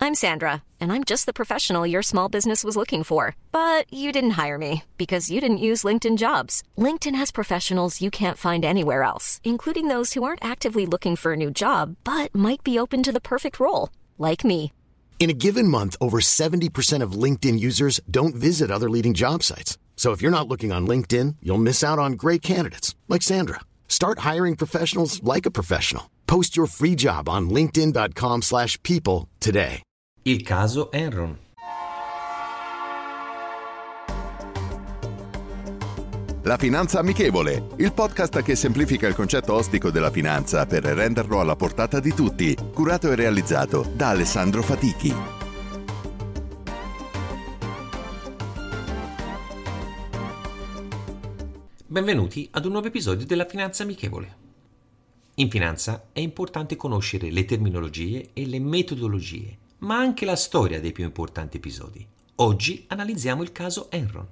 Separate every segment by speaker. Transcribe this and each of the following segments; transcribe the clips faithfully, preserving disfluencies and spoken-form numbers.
Speaker 1: I'm Sandra, and I'm just the professional your small business was looking for. But you didn't hire me because you didn't use LinkedIn Jobs. LinkedIn has professionals you can't find anywhere else, including those who aren't actively looking for a new job, but might be open to the perfect role, like me.
Speaker 2: In a given month, over seventy percent of LinkedIn users don't visit other leading job sites. So if you're not looking on LinkedIn, you'll miss out on great candidates like Sandra. Start hiring professionals like a professional. Post your free job on linkedin.com slash people today.
Speaker 3: Il caso Enron.
Speaker 4: La Finanza Amichevole, il podcast che semplifica il concetto ostico della finanza per renderlo alla portata di tutti, curato e realizzato da Alessandro Fatichi.
Speaker 3: Benvenuti ad un nuovo episodio della Finanza Amichevole. In finanza è importante conoscere le terminologie e le metodologie, ma anche la storia dei più importanti episodi. Oggi analizziamo il caso Enron.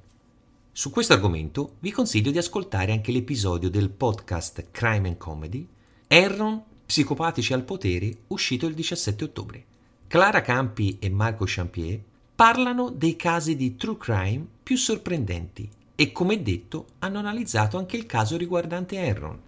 Speaker 3: Su questo argomento vi consiglio di ascoltare anche l'episodio del podcast Crime and Comedy Enron, psicopatici al potere, uscito il diciassette ottobre. Clara Campi e Marco Champier parlano dei casi di true crime più sorprendenti e, come detto, hanno analizzato anche il caso riguardante Enron.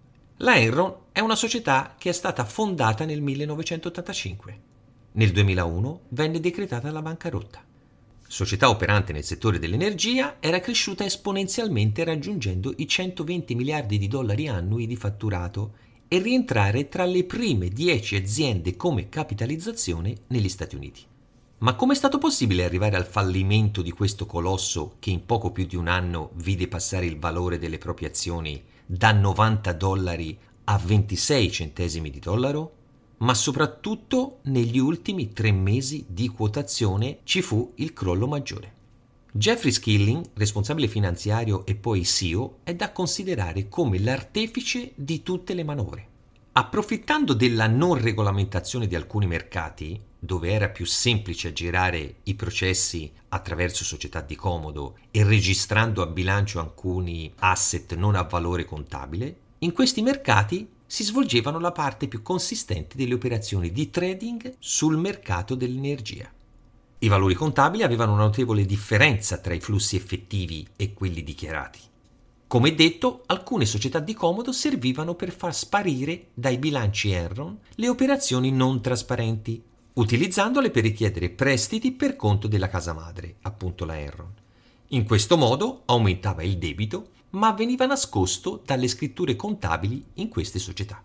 Speaker 3: La Enron è una società che è stata fondata nel millenovecentottantacinque. Nel duemilauno venne decretata la bancarotta. Società operante nel settore dell'energia, era cresciuta esponenzialmente raggiungendo i centoventi miliardi di dollari annui di fatturato e rientrare tra le prime dieci aziende come capitalizzazione negli Stati Uniti. Ma come è stato possibile arrivare al fallimento di questo colosso che in poco più di un anno vide passare il valore delle proprie azioni da novanta dollari a ventisei centesimi di dollaro? Ma soprattutto negli ultimi tre mesi di quotazione ci fu il crollo maggiore. Jeffrey Skilling, responsabile finanziario e poi C E O, è da considerare come l'artefice di tutte le manovre. Approfittando della non regolamentazione di alcuni mercati, dove era più semplice aggirare i processi attraverso società di comodo e registrando a bilancio alcuni asset non a valore contabile, in questi mercati si svolgevano la parte più consistente delle operazioni di trading sul mercato dell'energia. I valori contabili avevano una notevole differenza tra i flussi effettivi e quelli dichiarati. Come detto, alcune società di comodo servivano per far sparire dai bilanci Enron le operazioni non trasparenti, utilizzandole per richiedere prestiti per conto della casa madre, appunto la Enron. In questo modo aumentava il debito, ma veniva nascosto dalle scritture contabili in queste società.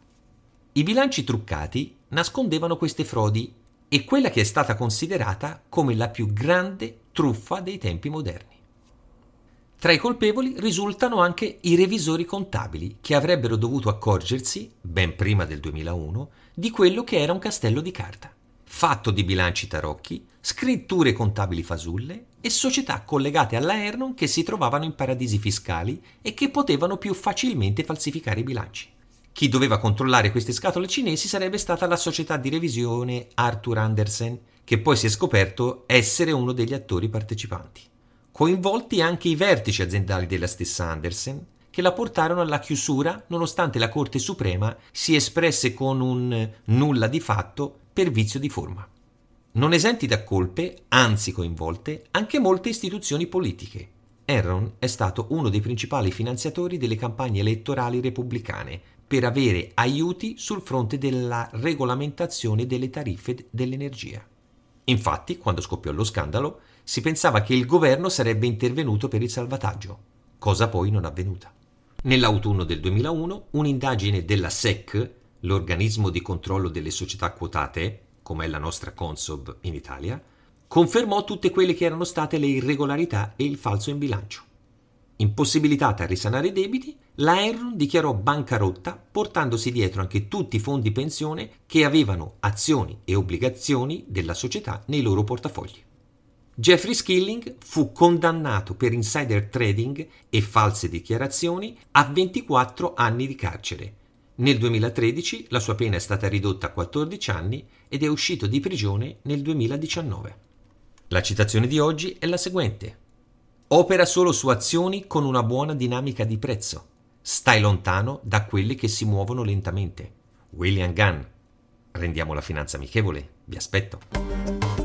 Speaker 3: I bilanci truccati nascondevano queste frodi e quella che è stata considerata come la più grande truffa dei tempi moderni. Tra i colpevoli risultano anche i revisori contabili che avrebbero dovuto accorgersi, ben prima del duemilauno, di quello che era un castello di carta, fatto di bilanci tarocchi, scritture contabili fasulle e società collegate alla Enron che si trovavano in paradisi fiscali e che potevano più facilmente falsificare i bilanci. Chi doveva controllare queste scatole cinesi sarebbe stata la società di revisione Arthur Andersen, che poi si è scoperto essere uno degli attori partecipanti. Coinvolti anche i vertici aziendali della stessa Andersen, che la portarono alla chiusura nonostante la Corte Suprema si espresse con un nulla di fatto per vizio di forma. Non esenti da colpe, anzi coinvolte, anche molte istituzioni politiche. Enron è stato uno dei principali finanziatori delle campagne elettorali repubblicane per avere aiuti sul fronte della regolamentazione delle tariffe dell'energia. Infatti, quando scoppiò lo scandalo, si pensava che il governo sarebbe intervenuto per il salvataggio, cosa poi non avvenuta. Nell'autunno del duemilauno, un'indagine della S E C, l'organismo di controllo delle società quotate, come è la nostra Consob in Italia, confermò tutte quelle che erano state le irregolarità e il falso in bilancio. Impossibilitata a risanare i debiti, la Enron dichiarò bancarotta portandosi dietro anche tutti i fondi pensione che avevano azioni e obbligazioni della società nei loro portafogli. Jeffrey Skilling fu condannato per insider trading e false dichiarazioni a ventiquattro anni di carcere. Nel duemilatredici la sua pena è stata ridotta a quattordici anni ed è uscito di prigione nel duemiladiciannove. La citazione di oggi è la seguente: opera solo su azioni con una buona dinamica di prezzo. Stai lontano da quelle che si muovono lentamente. William Gunn. Rendiamo la finanza amichevole. Vi aspetto.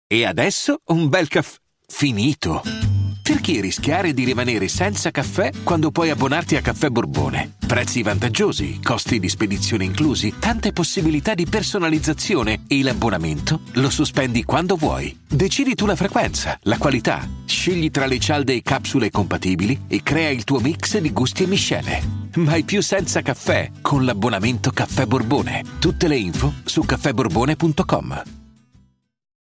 Speaker 5: E adesso un bel caffè finito. Perché rischiare di rimanere senza caffè quando puoi abbonarti a Caffè Borbone? Prezzi vantaggiosi, costi di spedizione inclusi, tante possibilità di personalizzazione e l'abbonamento lo sospendi quando vuoi. Decidi tu la frequenza, la qualità, scegli tra le cialde e capsule compatibili e crea il tuo mix di gusti e miscele. Mai più senza caffè con l'abbonamento Caffè Borbone. Tutte le info su caffè borbone punto com.